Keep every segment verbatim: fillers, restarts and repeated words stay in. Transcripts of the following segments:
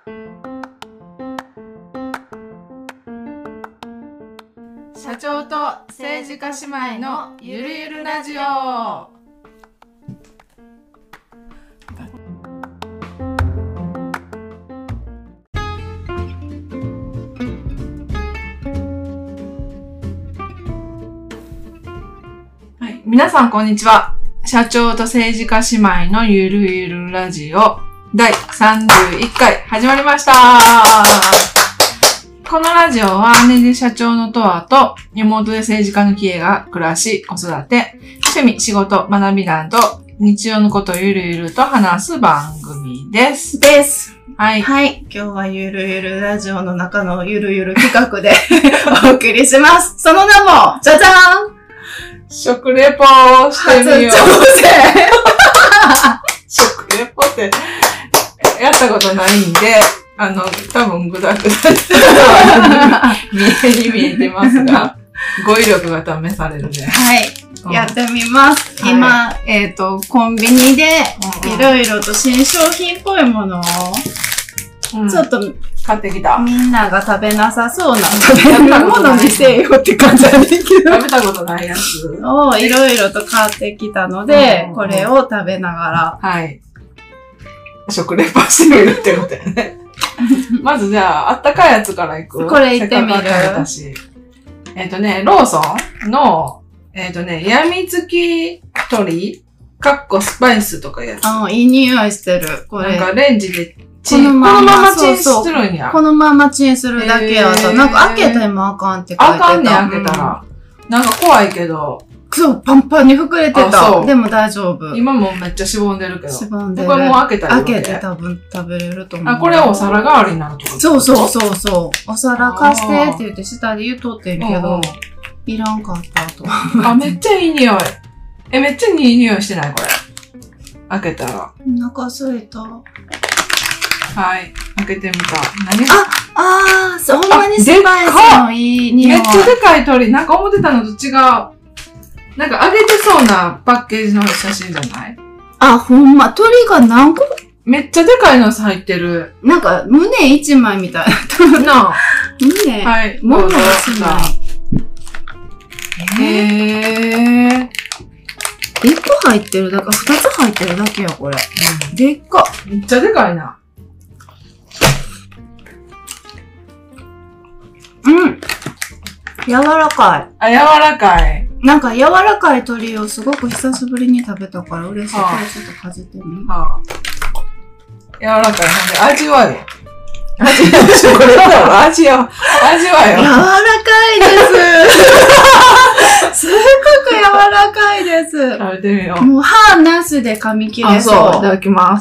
社長と政治家姉妹のゆるゆるラジオ。はい、皆さんこんにちは。社長と政治家姉妹のゆるゆるラジオだいさんじゅういっかい始まりました。このラジオは姉で社長のとわと妹で政治家のキエが暮らし、子育て、趣味、仕事、学びなど日常のことをゆるゆると話す番組です。 です。 はい。 はい。今日はゆるゆるラジオの中のゆるゆる企画でお送りします。その名も、じゃじゃーん！ 食レポをしてみよう。 初挑戦食レポってやったことないんで、あの、多分グダグダ見えに見えてますが、語彙力が試されるね。 はい。うん、やってみます。はい、今、えっと、コンビニでいろいろと新商品っぽいものを、うん、ちょっと買ってきた。 みんなが食べなさそうな食べるものにせよって感じなんだけど。 食べたことないやつをいろいろと買ってきたので、これを食べながら。 はい。食レポしてみるってことやね。まずじゃあ、あったかいやつからいく。 これいってみる。 えっとね、ローソンの、えっとね、やみつき鶏かっこスパイスとかやつ。 ああ、いい匂いしてる。これ。 なんかレンジでチン、このままチンするんや。 このままチンするだけやと。なんか開けてもあかんって書いてた。 あかんねん、開けたら。なんか怖いけど。 そう、パンパンに膨れてた。でも大丈夫。 今もめっちゃしぼんでるけど。 しぼんでる。 これもう開けたらいいわけ。 開けて多分食べれると思う。 あ、これお皿代わりになるってこと？ そうそうそうそう。お皿貸してって言って下で言うとってんけど、いらんかったと。 あ、めっちゃいい匂い。え、めっちゃいい匂いしてないこれ。開けたら。 お腹空いた。 はい。開けてみた。何？ あ、あー、ほんまにスパイスのいい匂い。 めっちゃでかい鳥。なんか思ってたのと違う。なんか揚げてそうなパッケージの写真じゃない？ あ、ほんま。鳥が何個？ めっちゃでかいの入ってる。 なんか胸一枚みたいな。なあ。胸。 はい。 胸一枚。 へー。 一個入ってるだけ、二つ入ってるだけや、これ。うん、でっか。 めっちゃでかいな。 うん。柔らかい。 あ、柔らかい。 なんか柔らかい鶏をすごく久しぶりに食べたから嬉しい。これちょっとかじってみ。 はあ。柔らかい。なんで味わえ。味わえ。これだろ。味わえ。味わえよ。 柔らかいです。すごく柔らかいです。 食べてみよう。 もう歯なしで噛み切れそう。 あ、そう。いただきます。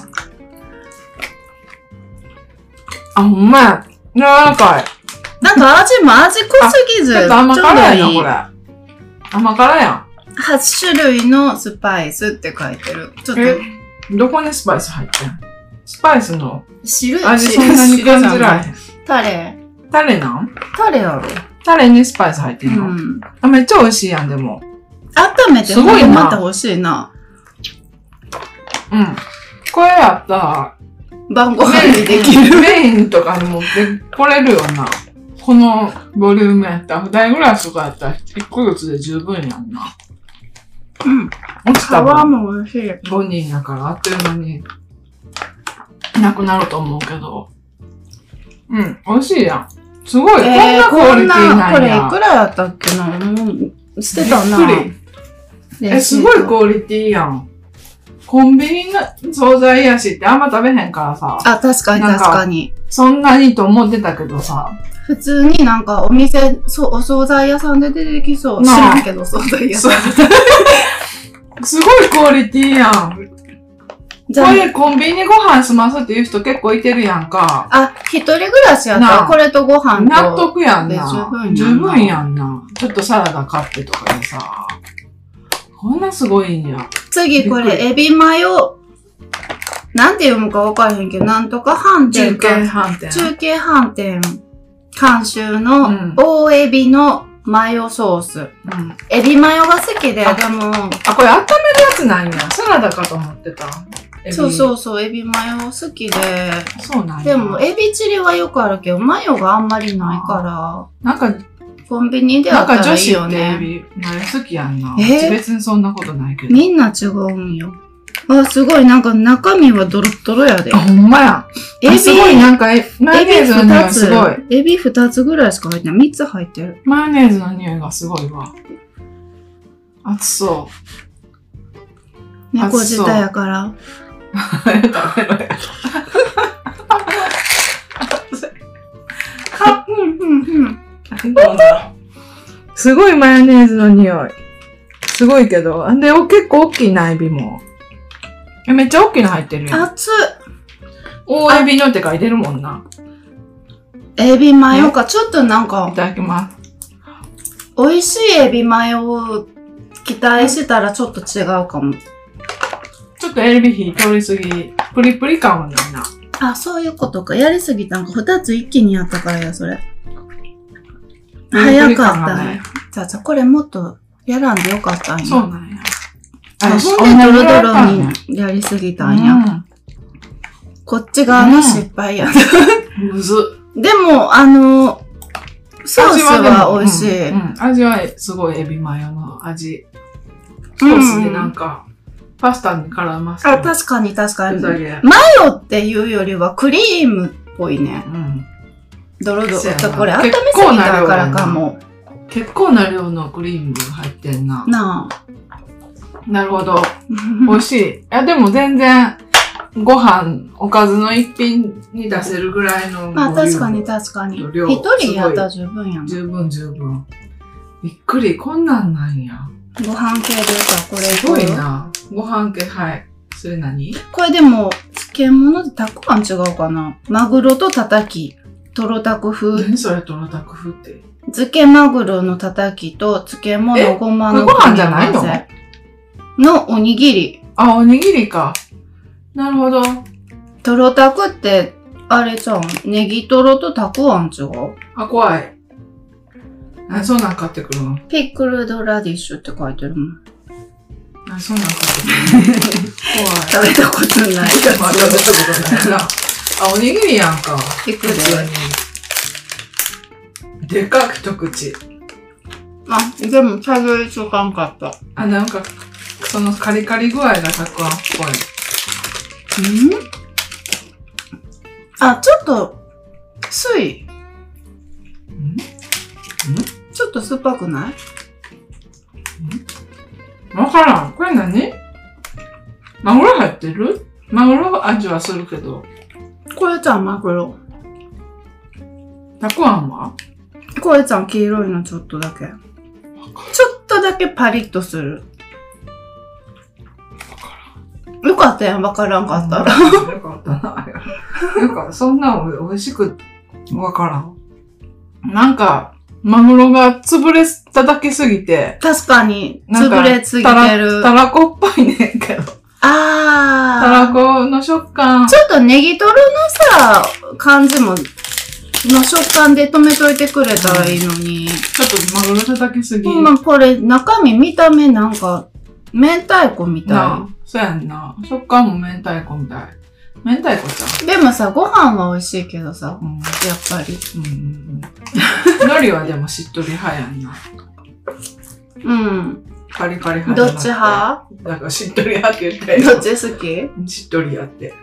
あ、ほんまや。柔らかい。 なんか味も味濃すぎず。 ちょっと甘辛いな、これ。甘辛やん。 はち種類のスパイスって書いてる。ちょっと。 え、どこにスパイス入ってん？スパイスの汁味そんなに感じられへん。 タレ。 タレなん？ タレやろ。 タレにスパイス入ってんの？うん。あ、めっちゃ美味しいやん、でも。 温めて、すごいまた美味しいな。 うん。これやったら、 晩ご飯にできる。 メインとかに持ってこれるよな。このボリュームやったら、二人暮らしとかやったら、一個ずつで十分やんな。 うん。 落ちた分。 皮も美味しい。 ごにんやから、あっという間に、なくなると思うけど。うん、美味しいやん。すごい、えー、こんなクオリティなんや。 これいくらやったっけな？もう、捨てたな。 びっくり。え、すごいクオリティやん。コンビニの惣菜やしってあんま食べへんからさ。 あ、確かに確かに。 そんなにと思ってたけどさ。 普通になんかお店、そう、お惣菜屋さんで出てきそう。知らんけど、惣菜屋さん。 すごいクオリティやん。これコンビニご飯済ますっていう人結構いてるやんか。 あ、一人暮らしやったらこれとご飯と。 納得やんな。 十分十分やんな。ちょっとサラダ買ってとかでさ。こんなすごいんや。 次これ、エビマヨ。なんて読むかわからへんけど、なんとか飯店か。 中継飯店。 中継飯店。監修の大エビのマヨソース。うん、エビマヨが好きで、でも。 あ、これ温めるやつなんや。サラダかと思ってた。 エビそうそうそう、エビマヨ好きで。 そうなんや。 でも、エビチリはよくあるけど、マヨがあんまりないかなんか、 ら、コンビニでなんあったから女子ってエいいよね。 ビ、マヨ好きやんな。 えーうち別にそんなことないけど。 みんな違うんよ。あ、すごい、なんか中身はドロッドロやであ、。ほんまや。 エビ、 あすごい、なんか、えマヨネーズの匂いすごい。 エビ二つぐらいしか入ってない。三つ入ってる。 マヨネーズの匂いがすごいわ。熱そう。 猫舌やから。 食べろや。 うんうんうん。 すごいマヨネーズの匂い。すごいけど。んで、お結構大きいな、エビも。え、めっちゃ大きいの入ってるやん。 熱っ。 大エビのって書いてるもんな。 エビマヨか。ちょっとなんいか、 ただきます。 美味しいエビマヨを期待してたらちょっと違うかも。 ちょっとエビ火通りすぎ、プリプリ感はないな。 あ、そういうことか。やりすぎたんか。二つ一気にやったからや、それ。早かったね。じゃあ、じゃあこれもっとやらんでよかったんや。 そうなんや。 あ、ほんでドロドロにやりすぎたんや。 うんこっち側の失敗や。 むずっ。 でも、あの、ソースは美味しい。 うんうん味はすごいエビマヨの味。ソースでなんか、パスタに絡ませて。 あ、確かに確かに。 うざげマヨっていうよりはクリームっぽいね。 うん。 ドロドロ。 そうやなこれ温めすぎたからかも。 結構な量のクリームが入ってんな。 ななるほど。 あ。 美味しい。いや、でも全然、ご飯、おかずの一品に出せるぐらいの。 まあ確かに確かに。 量一人やったら十分やな。 十分十分。びっくり、こんなんなんや。 ご飯系でさ、これすごいな。ご飯系、はい。それ何これでも、漬物でたくあん違うかな。マグロとたたき、とろたく風。 何それ、トロタク風って。 漬けマグロのたたきと漬物ごまのこれご飯じゃないの組み合わせのおにぎり。 あ、おにぎりか。なるほど。 とろたくって、あれちゃうんネギとろとたくあん違うあ、怖い。あ、そんなん買ってくるのピックルドラディッシュって書いてるもん。 あ、そんなん買ってくるの怖い。 食べたことないやまあ、食べたことないな。あ、おにぎりやんか。 ピクル普通に。でかく一口。 あ、でも食べつかんかった。 あ、なんか、そのカリカリ具合がたくあんっぽい。 んあ、ちょっと、酸い。 んちょっと酸っぱくないわからん。これ何マグロ入ってるマグロ味はするけど。 これちゃんマグロ。 たくあんはこれちゃん黄色いのちょっとだけ。ちょっとだけパリッとする。よかったやん、わからんかったら。 よかったな。なんか、そんなお美味しく、わからん。なんか、マグロが潰れただけすぎて、 確かに、 なんか潰れすぎてる。 たらこっぽいねんけど。 あー。 たらこの食感。 ちょっとネギトロのさ、感じも、の食感で止めといてくれたらいいのに。 ちょっとマグロ叩きすぎ。 ほんまこれ、中身見た目なんか、明太子みたなあ、そうやんな。食感も明太子みたい。明太子ちゃい。でもさ、ご飯は美味しいけどさ、 う。うん。 やっぱり。 うんうんうん。海苔はでもしっとり派やんな。 うん。 カリカリ派じゃなくて。 どっち派なんかしっとり派って言ったよ。 どっち好きしっとりやって。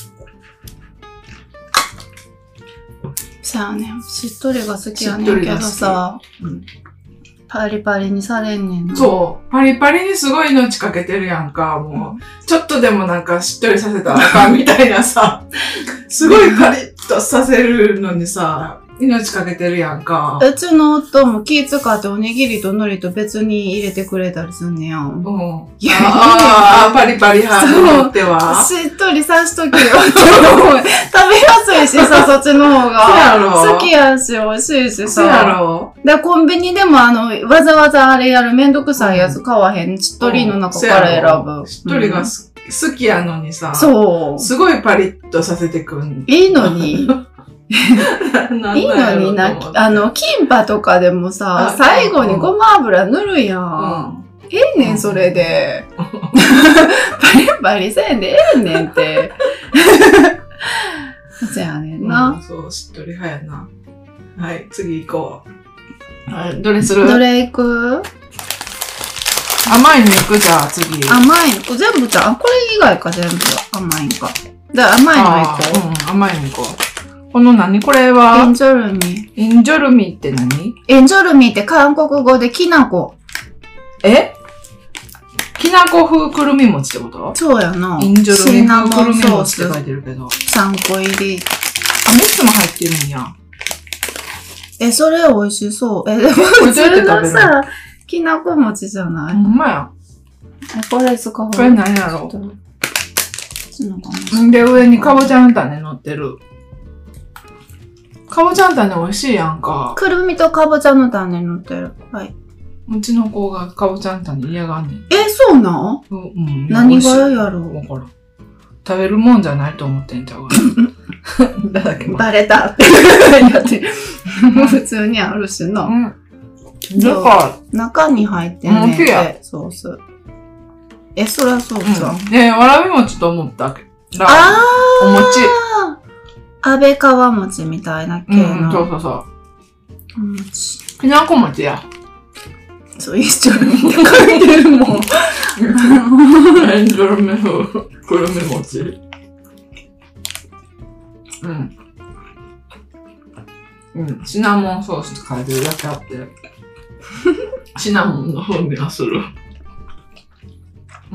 さあね、しっとりが好きやねんけどさ、 うんパリパリにされんねんな。 そう。パリパリにすごい命かけてるやんか。もう、ちょっとでもなんかしっとりさせたらあかんみたいなさ。すごいパリッとさせるのにさ、命かけてるやんか。 うちの夫も気使っておにぎりと海苔と別に入れてくれたりすんねやん。 うん。 いやああ、パリパリ派によっては。 しっとりさしときよって思う。食べやすいしさ、そっちの方が。 そうやろ好きやし、美味しいしさ。 そうやろで、コンビニでもあの、わざわざあれやるめんどくさいやつ買わへん。しっとりの中から選ぶ。 しっとりがす、好きやのにさ。 そう。 すごいパリッとさせてくん。 いいのに。いいいのにな、あの、キンパとかでもさあ、 最後にごま油塗るやん。 うん。 ええねん、それで。バリバリせんでええねんって。そうやねんな、 うん。そう、しっとり派やな。はい、次行こう。はい、どれする？ どれ行く？ 甘いの行くじゃあ、次。 甘いの全部じゃん。これ以外か全部甘いんか。じゃあ甘いの行こう。 うん、甘いの行こう。この何これは？ エンジョルミ。 エンジョルミって何？ エンジョルミって韓国語できなこ。 え？きなこ風くるみ餅ってこと？ そうやな。 エンジョルミ風くるみ餅って書いてるけど。 さんこ入り。 あ、みっつも入ってるんや。 え、それ美味しそう。え、でも普通のさ、きなこ餅じゃない？ ほんまや。 え、これ使おう。 これ何やろう？ んで、上にかぼちゃの種乗ってる。かぼちゃの種美味しいやんか。 くるみとかぼちゃの種乗ってる。はい。 うちの子がかぼちゃの種嫌がんねん。 え、そうなん？ うん。 何がやろう？ わからん。食べるもんじゃないと思ってんちゃうかな。だけバレたって。だって、普通にあるしな。うん。 だから中に入ってんねんて、ソース。え、そりゃそうさ。 うん、ねえ、わらび餅と思ったけど。 あーお餅。 安倍川餅みたいな系の。 うん、そうそうそう。 お餅。 きなこ餅や。 そう、一緒に書いてるもん。 エンジョルミ風くるみ餅。うん。うん。シナモンソースって書いてるだけあって、シナモンの風味がする。うん。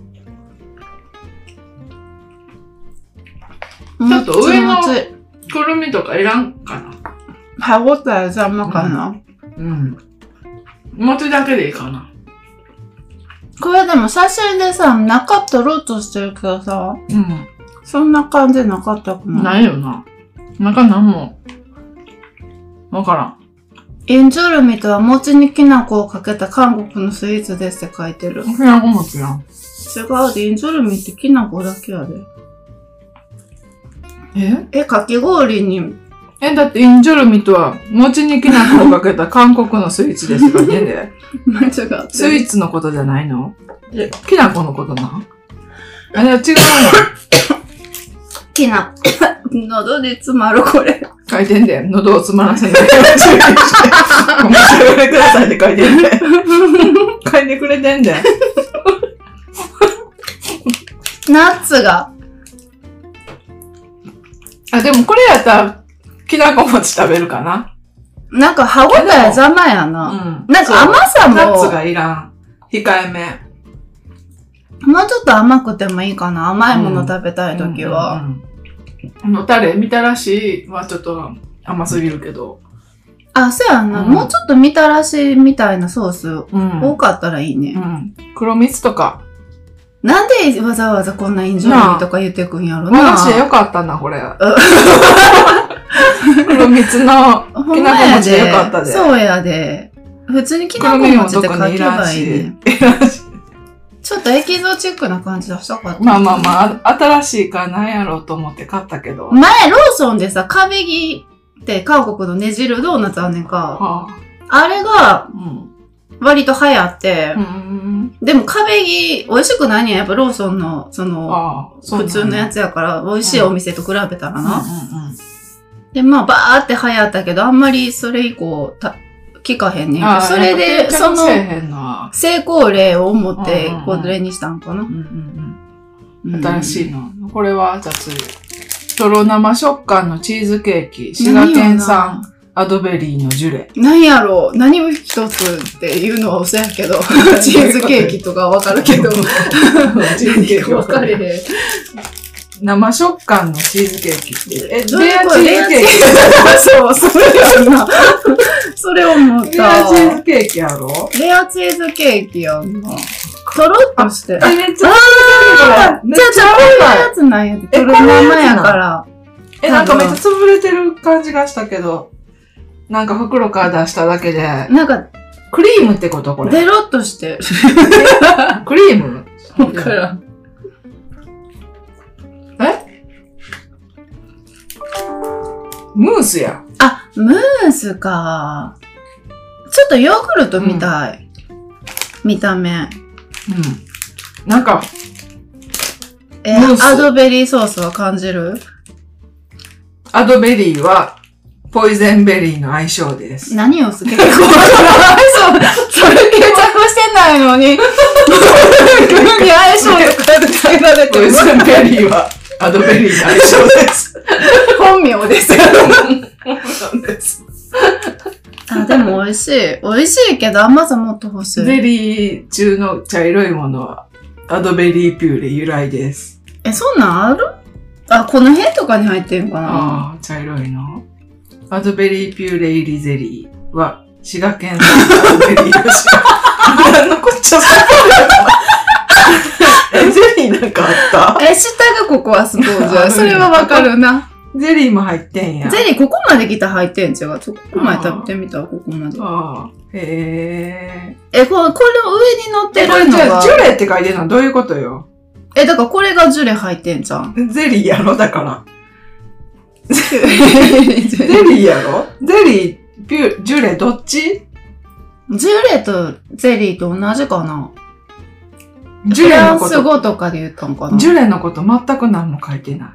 ちょっと上のくるみとかいらんかな。 歯応え邪魔かな。 うん。うん餅だけでいいかな。 これでも写真でさ、中とろっとしてるけどさ、 うん。 そんな感じなかったくない？ ないよな。中なんも、わからん。 エンジョルミとは餅にきな粉をかけた韓国のスイーツですって書いてる。 きなこ餅やん。 違うで、エンジョルミってきな粉だけやで。 ええ、かき氷に、 え、だってエンジョルミとは、餅にきな粉をかけた韓国のスイーツですからねで。 間違ってる。 スイーツのことじゃないの？え、きな粉のことな？あれは違うの？ きな、喉で詰まるこれ。 書いてんで、喉を詰まらせないように注意して。お召し上がりくださいって書いてんで。書いてくれてんで。 ナッツが。 あ、でもこれやったら、きなこ餅食べるかな。 なんか歯応え邪魔やな。うん。なんか甘さも。 ナッツがいらん。控えめ。 もうちょっと甘くてもいいかな。甘いもの食べたいときは。 うんうんうんあの、タレ、みたらしはちょっと甘すぎるけど。 あ、そうやんな、うん。もうちょっとみたらしみたいなソース、うん、多かったらいいね。 うん。黒蜜とか。 なんでわざわざこんなエンジョルミとか言ってくんやろな。 和菓子でよかったな、これ。黒蜜のきなこ餅でよかったで。 そうやで。普通にきなこ餅って書けばいいね。ちょっとエキゾチックな感じ出したかった。 まあまあまあ、新しいかなんやろうと思って買ったけど。 前、ローソンでさ、壁木って韓国のねじるドーナツあんねんか。はあ、あれが、割と流行って、うん、でも壁木、美味しくないねんやっぱローソンの、その、そ普通のやつやから、美味しいお店と比べたらな。で、まあ、バーって流行ったけど、あんまりそれ以降、た聞かへんねん。それで、その、成功例を思って、これにしたんかな。 新しいの。これは、じゃあ次。とろ生食感のチーズケーキ。滋賀県産アドベリーのジュレ。 何やろう何一つっていうのは嘘やけど、チーズケーキとかわかるけど。チーズケーキわかれへん。 生食感のチーズケーキって。え、 レアチーズケーキそう、それやな。それ思った。 レアチーズケーキやろレアチーズケーキやんな。とろっとして。 え、めっちゃあーじゃあ、じゃあ、こういうやつなんやで。とろ生やから。 え、なんかめっちゃ潰れてる感じがしたけど、なんか袋から出しただけで。 なんか、 クリームってことこれ。 デロッとしてる。 クリームわからん。 えムースや。 あ、ムースか。ちょっとヨーグルトみたい。 見た目。うん。 なんか、 えー、アドベリーソースは感じる？ アドベリーは、ポイゼンベリーの相性です。 何をすげえそう、それ計着してないのに。急に相性とかつけられてポイゼンベリーは、アドベリーの相性です。 本名ですよ。 本名です。 あ、でも美味しい。美味しいけど甘さもっと欲しい。 ゼリー中の茶色いものは、アドベリーピューレ由来です。 え、そんなんある？あ、この辺とかに入ってんかな？ ああ、茶色いの。アドベリーピューレ入りゼリーは、滋賀県産のアドベリーの滋賀。何のこっちゃえ、ゼリーなんかあった？ え、下がココアスポージャー。それはわかるな。 ゼリーも入ってんや。 ゼリーここまで来たら入ってん違う。ここまで食べてみたらここまで。 ああ。へえ。え、これ、これの上に乗ってるのが。え、これじゃあ、 ジュレって書いてるのはどういうことよ？ え、だからこれがジュレ入ってんじゃん。 ゼリーやろだから。ゼリーやろゼリー、ピュ、ジュレどっち？ ジュレとゼリーと同じかな？ ジュレのこと。 フランス語とかで言ったんかな？ ジュレのこと全く何も書いてない。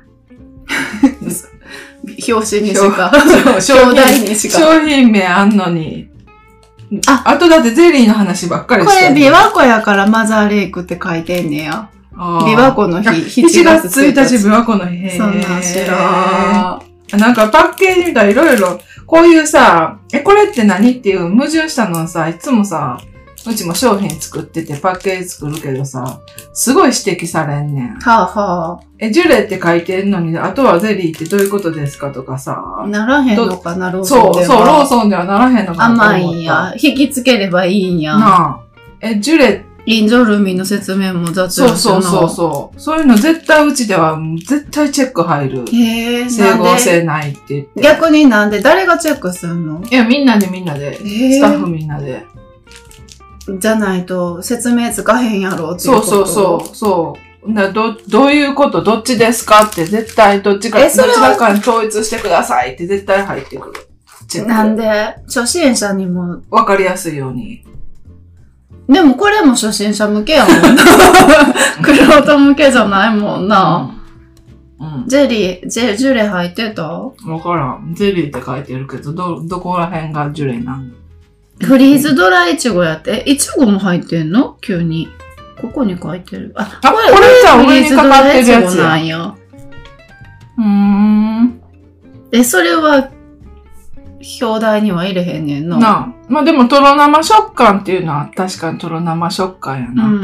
表紙にしか。 商品にしか。商品名あんのに。あ、あとだってゼリーの話ばっかりしてる。 これ琵琶湖やからマザーレイクって書いてんねや。琵琶湖の日、 しちがつついたち琵琶湖の日。 そんなん知らん。なんかパッケージみたいいろいろ、こういうさ、え、これって何っていう矛盾したのさ、いつもさ、うちも商品作っててパッケージ作るけどさ、すごい指摘されんねん。 はあはあ。 え、ジュレって書いてんのに、あとはゼリーってどういうことですかとかさ。 ならへんのかな、ローソンでは。 そう、そう、ローソンではならへんのかな。 甘いんや。引きつければいいんや。 なあ。え、ジュレリンジョルミの説明も雑やしな。 そうそうそうそう。そういうの絶対うちでは絶対チェック入る。 へー。 整合性ないって言って。 逆になんで誰がチェックするの？ いや、みんなでみんなで。スタッフみんなで。 じゃないと説明つかへんやろっていうこと。 そうそうそう。そうなど、どういうことどっちですかって絶対どっちか、どちらかに統一してくださいって絶対入ってくる。 なんで初心者にも。 わかりやすいように。 でもこれも初心者向けやもんな。クロート向けじゃないもんな。うんうん、ジェリー、ジェ、ジュレ入ってた？ わからん。ジェリーって書いてるけど、ど、どこら辺がジュレなの？ フリーズドライイチゴやって。え、イチゴも入ってんの？急に。ここに書いてる。あ、 あこれ、これじゃ上にかかってるやつなんや。 うーん。 え、それは、表題には入れへんねんの。 なあ。まあでも、とろ生食感っていうのは確かにとろ生食感やな。うん。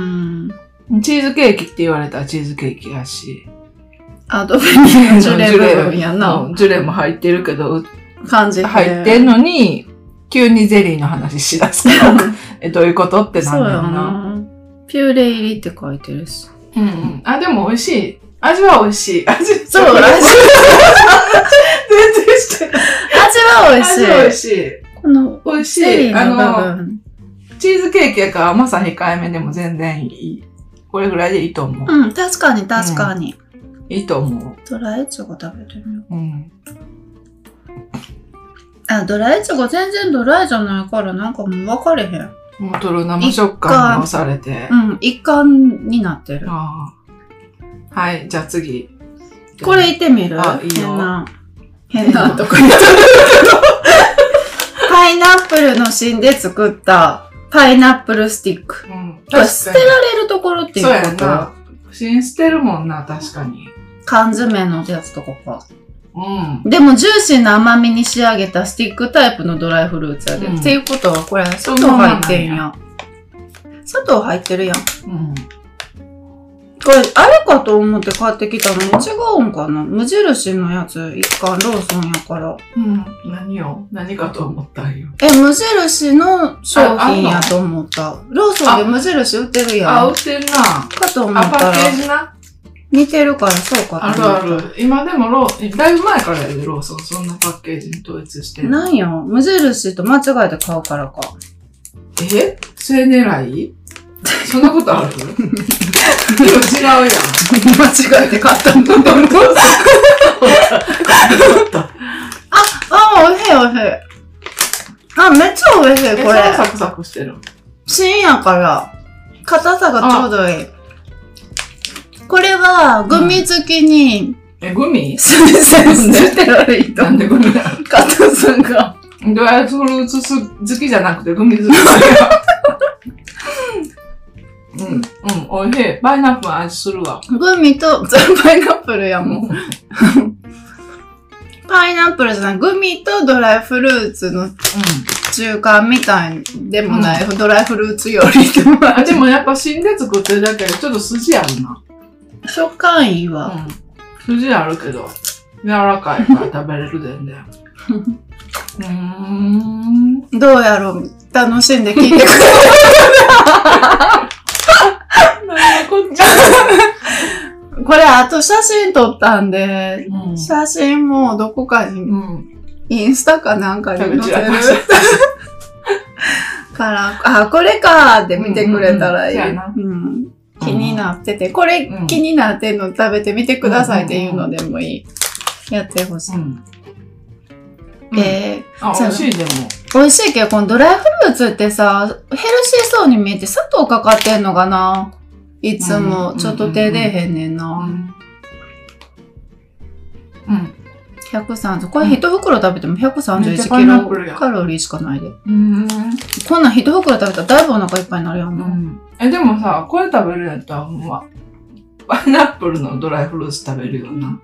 チーズケーキって言われたらチーズケーキやし。 あ、どこにジュレ部分やな。 ジュレも入ってるけど、 感じ入ってんのに、急にゼリーの話しだすから、え、どういうことってなんだよな。 ピューレ入りって書いてるし。 うんうん。あ、でも美味しい。味は美味しい。味、 そう、味。全然してない。 味は美味しい。 味は美味しい。 この、 美味しい。あの、チーズケーキやから甘さ控えめでも全然いい。これぐらいでいいと思う。 うん、確かに確かに。 うん、いいと思う。 ドライイチゴ食べてるよ。 うん。 あ、ドライイチゴ全然ドライじゃないからなんかもう分かれへん。 もうとろ生食感に押されて。 うん、一貫になってる。 ああ。はい、じゃあ次。 これいってみる？ あ、いいよ。 変な。変なとこに。パイナップルの芯で作ったパイナップルスティック。うん。捨てられるところっていうこと？ そうやな。芯捨てるもんな、確かに。 缶詰のやつとかか。 うん。 でもジューシーな甘みに仕上げたスティックタイプのドライフルーツやで。うん、っていうことはこれ砂糖入ってんや。砂糖入ってるやん。うん。これ、あれかと思って買ってきたのに違うんかな？無印のやつ、一貫ローソンやから。 うん。何よ？何かと思ったんよ。 え、無印の商品やと思った。ローソンで無印売ってるやん。 あ、売ってるな。 かと思ったら。 あ、パッケージな。 似てるからそうかと思った。あるある。今でもロー、だいぶ前からやで、ローソン。そんなパッケージに統一してる。 なんよ。無印と間違えて買うからか。 え？それ狙い？そんなことある？でも違うやん。間違えて買ったんだ。あ、 あ、おいしいおいしい。あ、めっちゃおいしい、これ。 サクサクしてる。 芯やから、硬さがちょうどいい。これは、グミ付きに、 うん、え、グミすみません、捨てられると。 なんでグミなの？ 加藤さんが。 ドライフルーツ好きじゃなくてグミ好きだよ。うん、うん、おいしい。パイナップルの味するわ。 グミと、パイナップルやもん。パイナップルじゃない、グミとドライフルーツの中間みたいでもない、うん、ドライフルーツよりでもあ。でもやっぱ芯で作ってるだけでちょっと筋あるな。 食感いいわ。 うん、筋あるけど、柔らかいから食べれる全然。うーん。 どうやろう、楽しんで聞いてくれる。これ、あと写真撮ったんで、うん、写真もどこかに、うん、インスタかなんかに載せるから、あ、これかーって見てくれたらいい。気になってて、これ、うん、気になってんの食べてみてくださいっていうのでもいい。やってほしい。うんえー、あ、美味しいでも。 美味しいけど、このドライフルーツってさ、ヘルシーそうに見えて砂糖かかってんのかないつも、ちょっと手出へんねんな。うん。うん、ひゃくさんじゅう、これ一袋食べてもひゃくさんじゅういちキロカロリーしかないで。うん。こんなん一袋食べたらだいぶお腹いっぱいになるやんな。うん、 え、でもさ、これ食べるやったら、まあ、パイナップルのドライフルーツ食べるよな。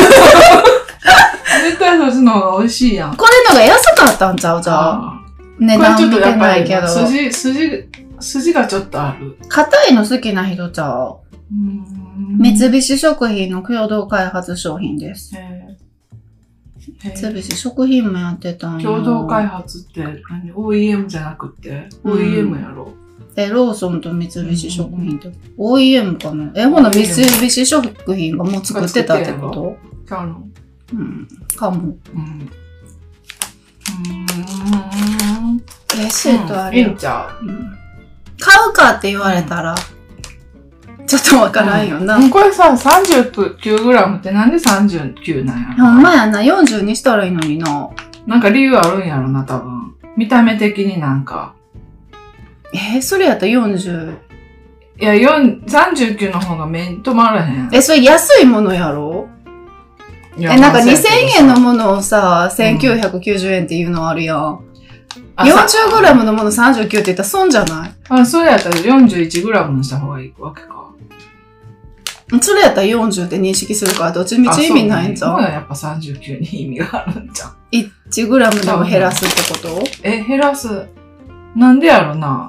絶対そっちの方が美味しいやん。 これのが安かったんちゃうじゃあ。値段見てないけど。 筋、筋、筋がちょっとある。 硬いの好きな人ちゃう。三菱食品の共同開発商品です。へー。三菱食品もやってたんや。 共同開発って何 オーイーエム じゃなくて オーイーエム やろ。 え、ローソンと三菱食品って オーイーエム かな。え、ほな三菱食品がもう作ってたってこと？ ちゃうの？ うん。かも。うん。うん。レシートある。 いいんちゃう？ 買うかって言われたら、ちょっとわからんよな。 これさ、さんじゅうきゅうグラム ってなんでさんじゅうきゅうなんやろ？ ほんまやな、よんじゅうにしたらいいのにな。 なんか理由あるんやろな、多分。見た目的になんか。 えー、それやったらよんじゅう。 いや、さんじゅうきゅうの方が目に留まらへん。 え、それ安いものやろ？え、なんかにせんえんのものをさ、せんきゅうひゃくきゅうじゅうえんっていうのあるやん。よんじゅうグラムのものさんじゅうきゅうって言ったら損じゃない？ あ、それやったらよんじゅういちグラムにした方がいいわけか。 それやったらよんじゅうって認識するから、どっちみち意味ないんじゃん。 そうや、やっぱさんじゅうきゅうに意味があるんじゃん。 いちグラムでも減らすってこと？ え、減らす。なんでやろな。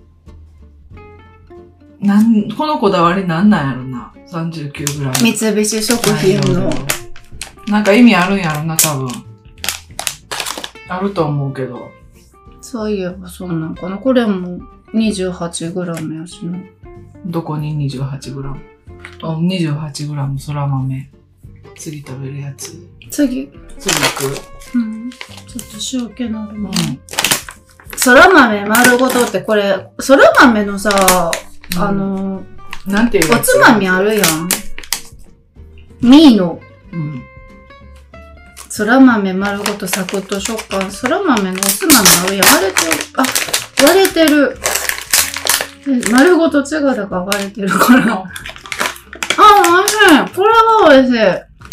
なん、このこだわりなんなんやろな。さんじゅうきゅうグラム。 三菱食品の。 なんか意味あるんやろな、多分。あると思うけど。 そういえばそうなんかな。これも にじゅうはちグラム やしな。 どこに にじゅうはちグラム？ あ、にじゅうはちグラム そら豆。次食べるやつ。 次。 次行く。 うん。ちょっと塩気のあるもん。うん。そら豆丸ごとってこれ、そら豆のさ、うん、あの、 なんていうおつまみあるやん。ミーの。うん。そら豆丸ごとサクッと食感。そら豆のおつまみあるやん。割れてる。あ、割れてる。丸ごと違うだから割れてるから。あ、美味しい。これは美味しい。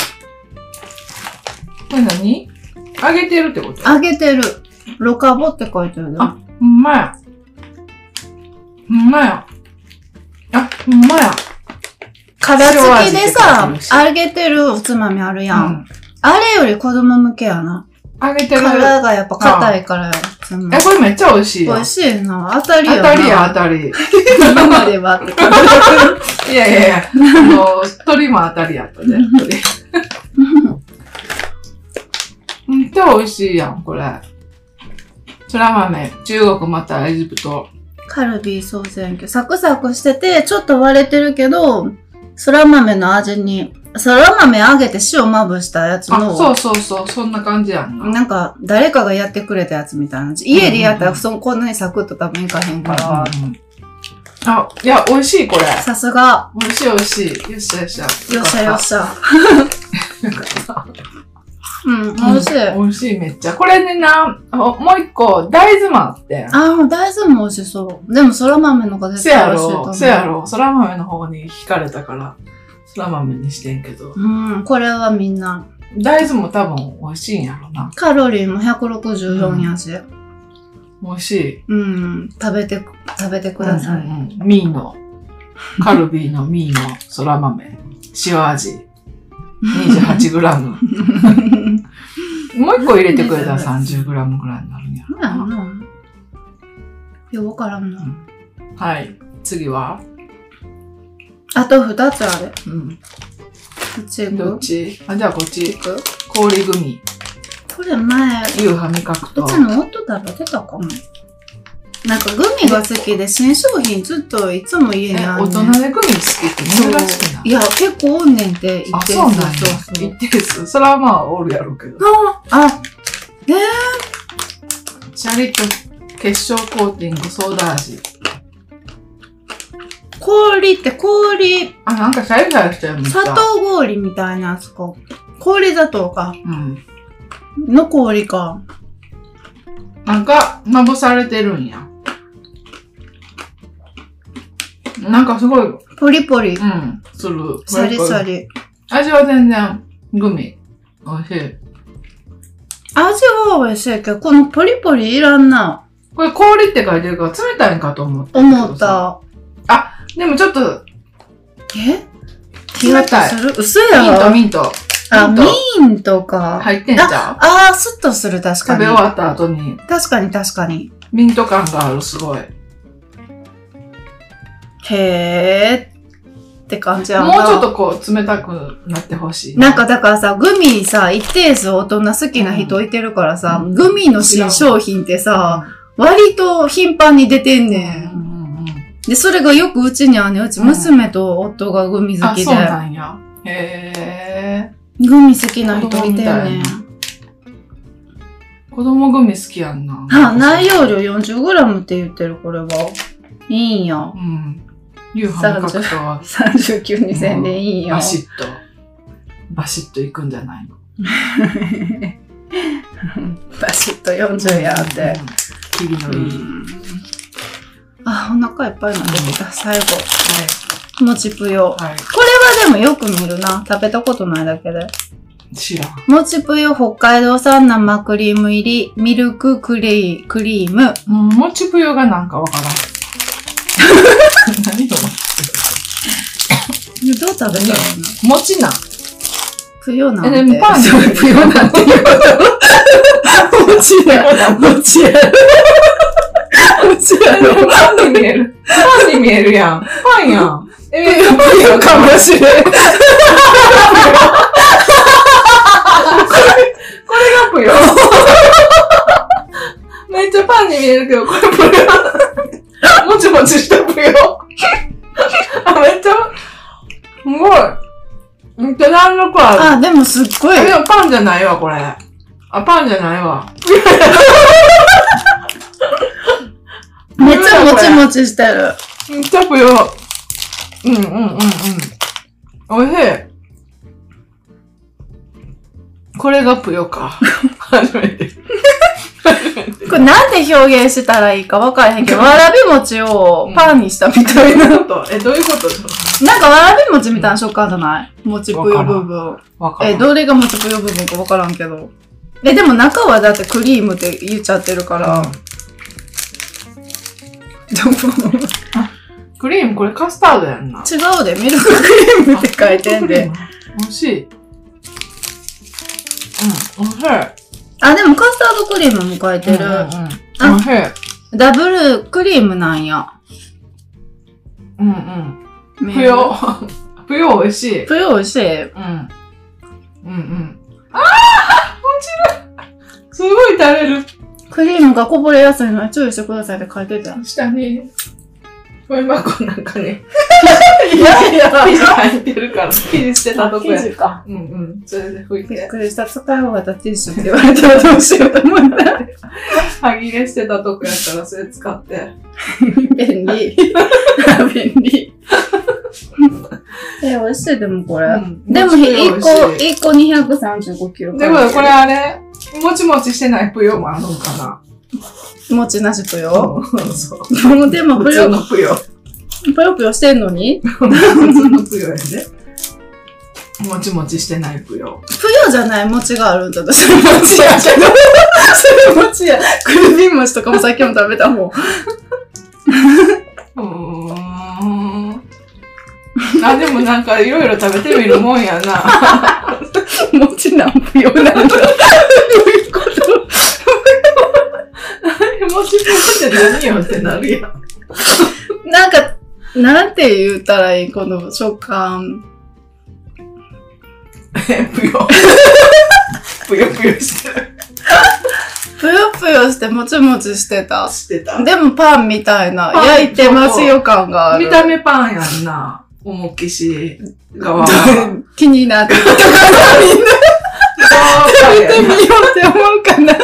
これ何？揚げてるってこと？ 揚げてる。ロカボって書いてるよ。 あ、ほんまや。ほんまや。あ、ほんまや。 殻付きでさ、揚げてるおつまみあるやん。うん、あれより子供向けやな。 揚げてる。 殻がやっぱ硬いからや。 え、これめっちゃ美味しいやん。 美味しいな。当たりよな。 当たりや、当たり。 今まではって。 いやいやいや、あの、鳥も当たりやったね。鳥。めっちゃ美味しいやん、これ。そら豆、中国またエジプト。 カルビー総選挙。サクサクしてて、ちょっと割れてるけど、そら豆の味に、そら豆揚げて塩まぶしたやつの。 あ、そうそうそう、そんな感じやんな。 なんか、誰かがやってくれたやつみたいな。家でやったら、そこんなにサクッと多分いかへんから。 うんうんうん、あ、いや、美味しい、これ。 さすが。 美味しい、美味しい。よっしゃよっしゃ。 よっしゃよっしゃ。 うん、美味しい。 美味しい、めっちゃ。これねな、もう一個、大豆もあって。 ああ、大豆も美味しそう。でも、そら豆の方が絶対美味しいと思う。 せやろ、せやろ。そら豆の方に惹かれたから、そら豆にしてんけど。 うん、これはみんな。 大豆も多分美味しいんやろな。 カロリーもひゃくろくじゅうよんやし。 うん、美味しい。 うん、食べて、食べてください。 うんうん、ミーの、カルビーのミーのそら豆、塩味、にじゅうはちグラム。もう一個入れてくれたらさんじゅうグラムぐらいになるんやろな。 うん。いや、わからんな、うん。 はい。次はあと二つある。 うん。 どっち行く？ どっちあ、じゃあこっち行く？氷グミ。 これ前、 夕飯味覚と。 うちの夫食べてたかも。なんかグミが好きで新商品ずっといつも家にある、 ね。大人でグミ好きって珍しくない？ いや、結構おんねんって一定数。あ、そうなんや。一定数。それはまあおるやろうけど。 あ、あ、えー。シャリと結晶コーティングソーダ味。 氷って氷。 あ、なんかシャリシャリしてるみたい。 砂糖氷みたいなやつか。氷砂糖か。 うん。 の氷か。 なんか、まぶされてるんや。なんかすごい。 ポリポリ。 うん。する。 シャリシャリ。 味は全然、グミ。美味しい。 味は美味しいけど、このポリポリいらんな。 これ氷って書いてるから冷たいんかと思った。 思った。 あ、でもちょっと。 え冷たい。 嘘やミント、ミント。 あ、ミントか。 入ってんじゃん。 ああ、スッとする、確かに。 食べ終わった後に。 確かに、確かに。 ミント感がある、すごい。 へーって感じやな。 もうちょっとこう、冷たくなってほしい。 なんか、だからさ、グミさ、一定数大人好きな人いてるからさ、うん、グミの新商品ってさ、うん、割と頻繁に出てんねん。うんうんうん、で、それがよくうちにはね、うち娘と夫がグミ好きで。 うん、あ、そうなんや。へー。 グミ好きな人いてんねん。 子供グミ好きやんな。 あ、内容量 よんじゅうグラム って言ってる、これは。いいんや。 うん。夕飯味覚とは。 さんじゅうきゅうにせんでいいんや。 バシッと。バシッといくんじゃないの。 バシッとよんじゅうやって。 キリのいい。 あ、お腹いっぱいになってきた、最後。 はい。 もちぷよ。はい、これはでもよく見るな。食べたことないだけで。 知らん。 もちぷよ北海道産生クリーム入りミルククリー、クリーム。 うん、もちぷよがなんかわからん。何をどう食べたらいいの？ もちな。 ぷよなんて。 え、でもパンにぷよなんて言うこと。もちや。もちや。もちやろ。 パンに見える。パンに見えるやん。パンやん。 え、ぷよかもしれん。これがぷよ。めっちゃパンに見えるけど、これぷよ。もちもちしたぷよ。あ、めっちゃ、すごい。めっちゃ弾力ある。 あ、でもすっごい。 でもパンじゃないわ、これ。あ、パンじゃないわ。 めっちゃもちもちしてる。 めっちゃぷよ。うんうんうんうん。おいしい。これがぷよか。初めて。 これなんで表現したらいいか分からへんけど、わらび餅をパンにしたみたいな。 うん、え、どういうことなんかわらび餅みたいな食感じゃないもちぷよ部分。え、どれがもちぷよ部分か分からんけど。え、でも中はだってクリームって言っちゃってるから。うん、 クリームこれカスタードやんな。 違うで、ミルククリームって書いてんで。 美味しい。うん、美味しい。 あ、でもカスタードクリームも書いてる。うんうんうん、 美味しい。 ダブルクリームなんや。 うんうん。ぷよ。ぷよ美味しい。 ぷよ美味しい。 うん。うんうん。あー落ちるすごい垂れる。 クリームがこぼれやすいのに注意してくださいって書いてた。 下に。ゴミ箱なんかね。いやいや、生地入ってるから、生地捨てたとこや。 生地か。 うんうん。それで拭いて。 びっくりした。使い終わったティッシュって言われたらどうしようと思った。 歯切れしてたとこやから、それ使って。 便利。便利。 え、美味しい、でもこれ。うん、でも、いっこ、いっこにひゃくさんじゅうごキロ。 でも、これあれ、もちもちしてないぷよもあるのかな。 もちなしぷよ。 そう。 でも、ぷよ。 普通のぷよ。 ぷよぷよしてんのに普通のぷよやで。もちもちしてないぷよ。 ぷよじゃない餅があるんだと。それ餅やけど。それ餅や。くるみ餅とかもさっきも食べたもん。うーん。あ、でもなんかいろいろ食べてみるもんやな。 餅なんぷよなんだ。どういうこと餅ぷよって何よってなるやん。 なんか、なんて言ったらいいこの食感。 え、ぷよ。ぷよぷよしてる。 ぷよぷよしてもちもちしてた。 してた。 でもパンみたいな。焼いてますよ感がある。 見た目パンやんな。重きし側は。 気になってたからみんな。食べてみようって思うかな。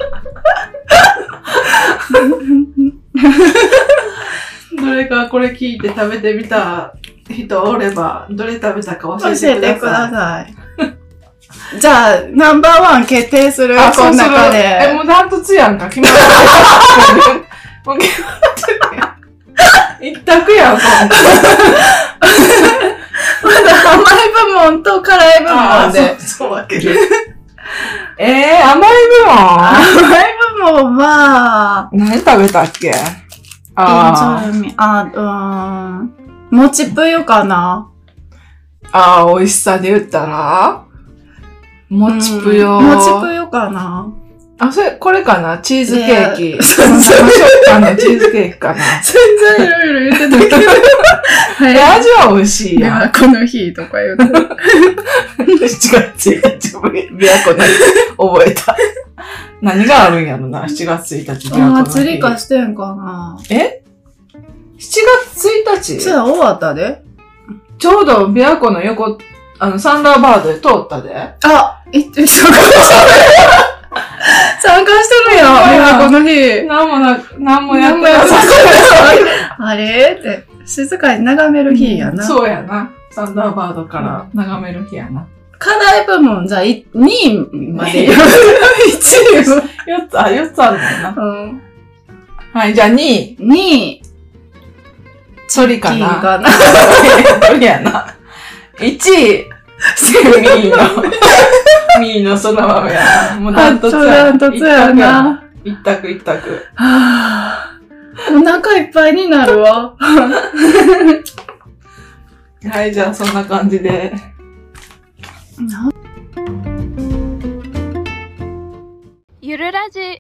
どれかこれ聞いて食べてみた人おれば、どれ食べたか教えてください。 教えてください。じゃあ、ナンバーワン決定するこの中で。 え、もうダントツやんか、決まってる。もう決まってるやん。一択やん、そんな。 まだ甘い部門と辛い部門で。 そう、そう分ける。えー、甘い部門甘い部門は、 何食べたっけあー。あ、うーん。もちぷよかな。 ああ、美味しさで言ったらもちぷよ。 もちぷよかな。 あ、それ、これかなチーズケーキ。そうそう。食感のチーズケーキかな。 全然いろいろ言ってたけど。 はい、味は美味しいやん。 この日とか言うて。 しちがつついたち、琵琶湖の覚えた。何があるんやろな、しちがつついたち、琵琶湖の日。 祭りかしてんかな。 え ?しちがつついたち？ そうや、終わったで。 ちょうど琵琶湖の横、あの、サンダーバードで通ったで。 あ、いって、参加してる。参加してるやん、琵琶湖の日。 なんもな、なんもやってなさそう。 あれって、静かに眺める日やな、うん。 そうやな。サンダーバードから眺める日やな。 課題部門、じゃあ、にいまでいちいは。よっつ、あ、よっつあるもんな。うん。はい、じゃあにい。 にい。 鳥かな。 かな。 鳥やな。いちい。ミーの。ミーのそのままやな。もうダントツやな。 ダントツやな。 一択一択。 はぁ。お腹いっぱいになるわ。 はい、じゃあそんな感じで。 ゆるラジ。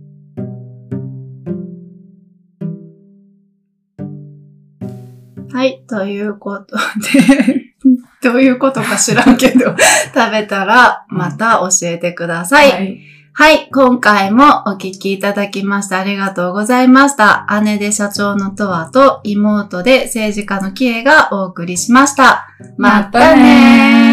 はい、ということで、どういうことか知らんけど、食べたらまた教えてください。はい、はい、今回もお聞きいただきましてありがとうございました。姉で社長のとわと妹で政治家のキエがお送りしました。またねー。